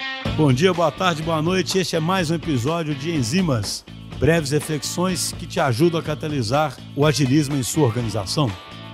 Bom dia, boa tarde, boa noite. Este é mais um episódio de Enzimas, breves reflexões que te ajudam a catalisar o agilismo em sua organização.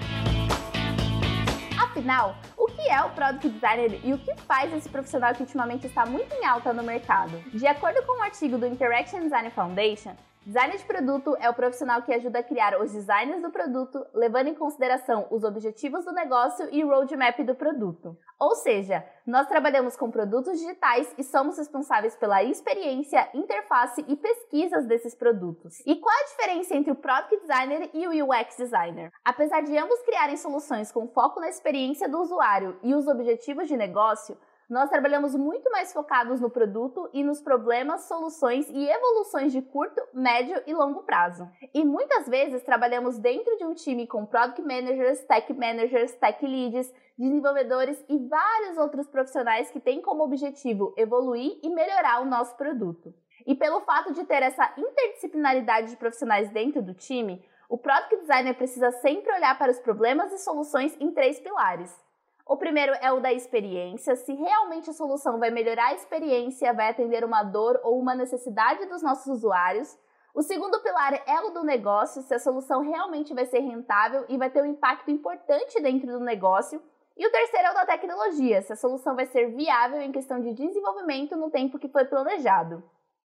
Afinal, o que é o Product Designer e o que faz esse profissional que ultimamente está muito em alta no mercado? De acordo com um artigo do Interaction Design Foundation, designer de produto é o profissional que ajuda a criar os designs do produto, levando em consideração os objetivos do negócio e o roadmap do produto. Ou seja, nós trabalhamos com produtos digitais e somos responsáveis pela experiência, interface e pesquisas desses produtos. E qual a diferença entre o Product Designer e o UX Designer? Apesar de ambos criarem soluções com foco na experiência do usuário e os objetivos de negócio, nós trabalhamos muito mais focados no produto e nos problemas, soluções e evoluções de curto, médio e longo prazo. E muitas vezes trabalhamos dentro de um time com Product Managers, Tech Leads, desenvolvedores e vários outros profissionais que têm como objetivo evoluir e melhorar o nosso produto. E pelo fato de ter essa interdisciplinaridade de profissionais dentro do time, o Product Designer precisa sempre olhar para os problemas e soluções em 3 pilares. O primeiro é o da experiência, se realmente a solução vai melhorar a experiência, vai atender uma dor ou uma necessidade dos nossos usuários. O segundo pilar é o do negócio, se a solução realmente vai ser rentável e vai ter um impacto importante dentro do negócio. E o terceiro é o da tecnologia, se a solução vai ser viável em questão de desenvolvimento no tempo que foi planejado.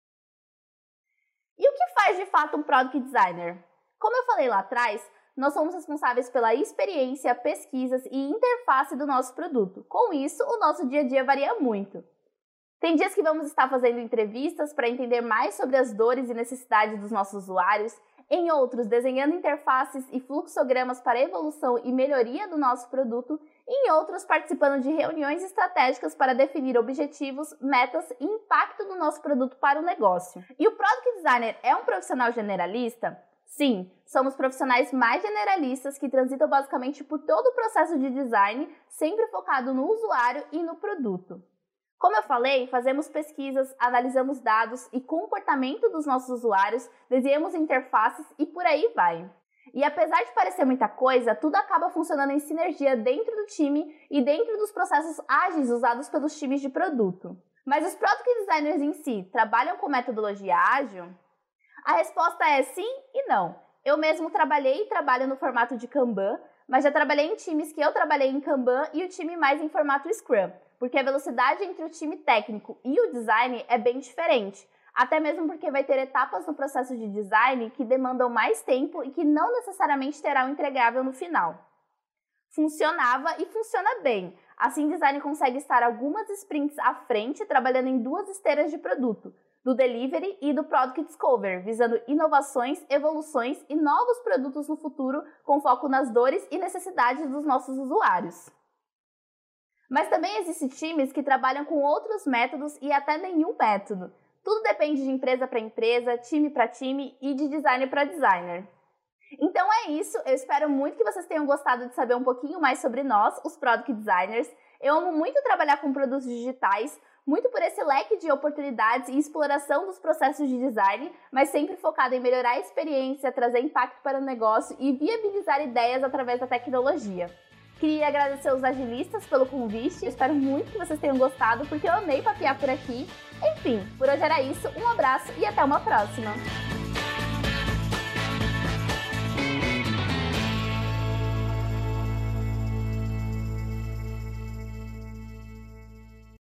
E o que faz de fato um Product Designer? Como eu falei lá atrás, nós somos responsáveis pela experiência, pesquisas e interface do nosso produto. Com isso, o nosso dia a dia varia muito. Tem dias que vamos estar fazendo entrevistas para entender mais sobre as dores e necessidades dos nossos usuários, em outros, desenhando interfaces e fluxogramas para evolução e melhoria do nosso produto, e em outros, participando de reuniões estratégicas para definir objetivos, metas e impacto do nosso produto para o negócio. E o Product Designer é um profissional generalista? Sim, somos profissionais mais generalistas que transitam basicamente por todo o processo de design, sempre focado no usuário e no produto. Como eu falei, fazemos pesquisas, analisamos dados e comportamento dos nossos usuários, desenhamos interfaces e por aí vai. E apesar de parecer muita coisa, tudo acaba funcionando em sinergia dentro do time e dentro dos processos ágeis usados pelos times de produto. Mas os Product Designers em si trabalham com metodologia ágil? A resposta é sim e não. Eu mesmo trabalhei e trabalho no formato de Kanban, mas já trabalhei em times que eu trabalhei em Kanban e o time mais em formato Scrum, porque a velocidade entre o time técnico e o design é bem diferente, até mesmo porque vai ter etapas no processo de design que demandam mais tempo e que não necessariamente terá um entregável no final. Funcionava e funciona bem. Assim, design consegue estar algumas sprints à frente, trabalhando em 2 esteiras de produto, do Delivery e do Product Discover, visando inovações, evoluções e novos produtos no futuro com foco nas dores e necessidades dos nossos usuários. Mas também existem times que trabalham com outros métodos e até nenhum método. Tudo depende de empresa para empresa, time para time e de designer para designer. Então é isso, eu espero muito que vocês tenham gostado de saber um pouquinho mais sobre nós, os Product Designers. Eu amo muito trabalhar com produtos digitais, muito por esse leque de oportunidades e exploração dos processos de design, mas sempre focado em melhorar a experiência, trazer impacto para o negócio e viabilizar ideias através da tecnologia. Queria agradecer aos agilistas pelo convite, eu espero muito que vocês tenham gostado, porque eu amei papear por aqui. Enfim, por hoje era isso, um abraço e até uma próxima!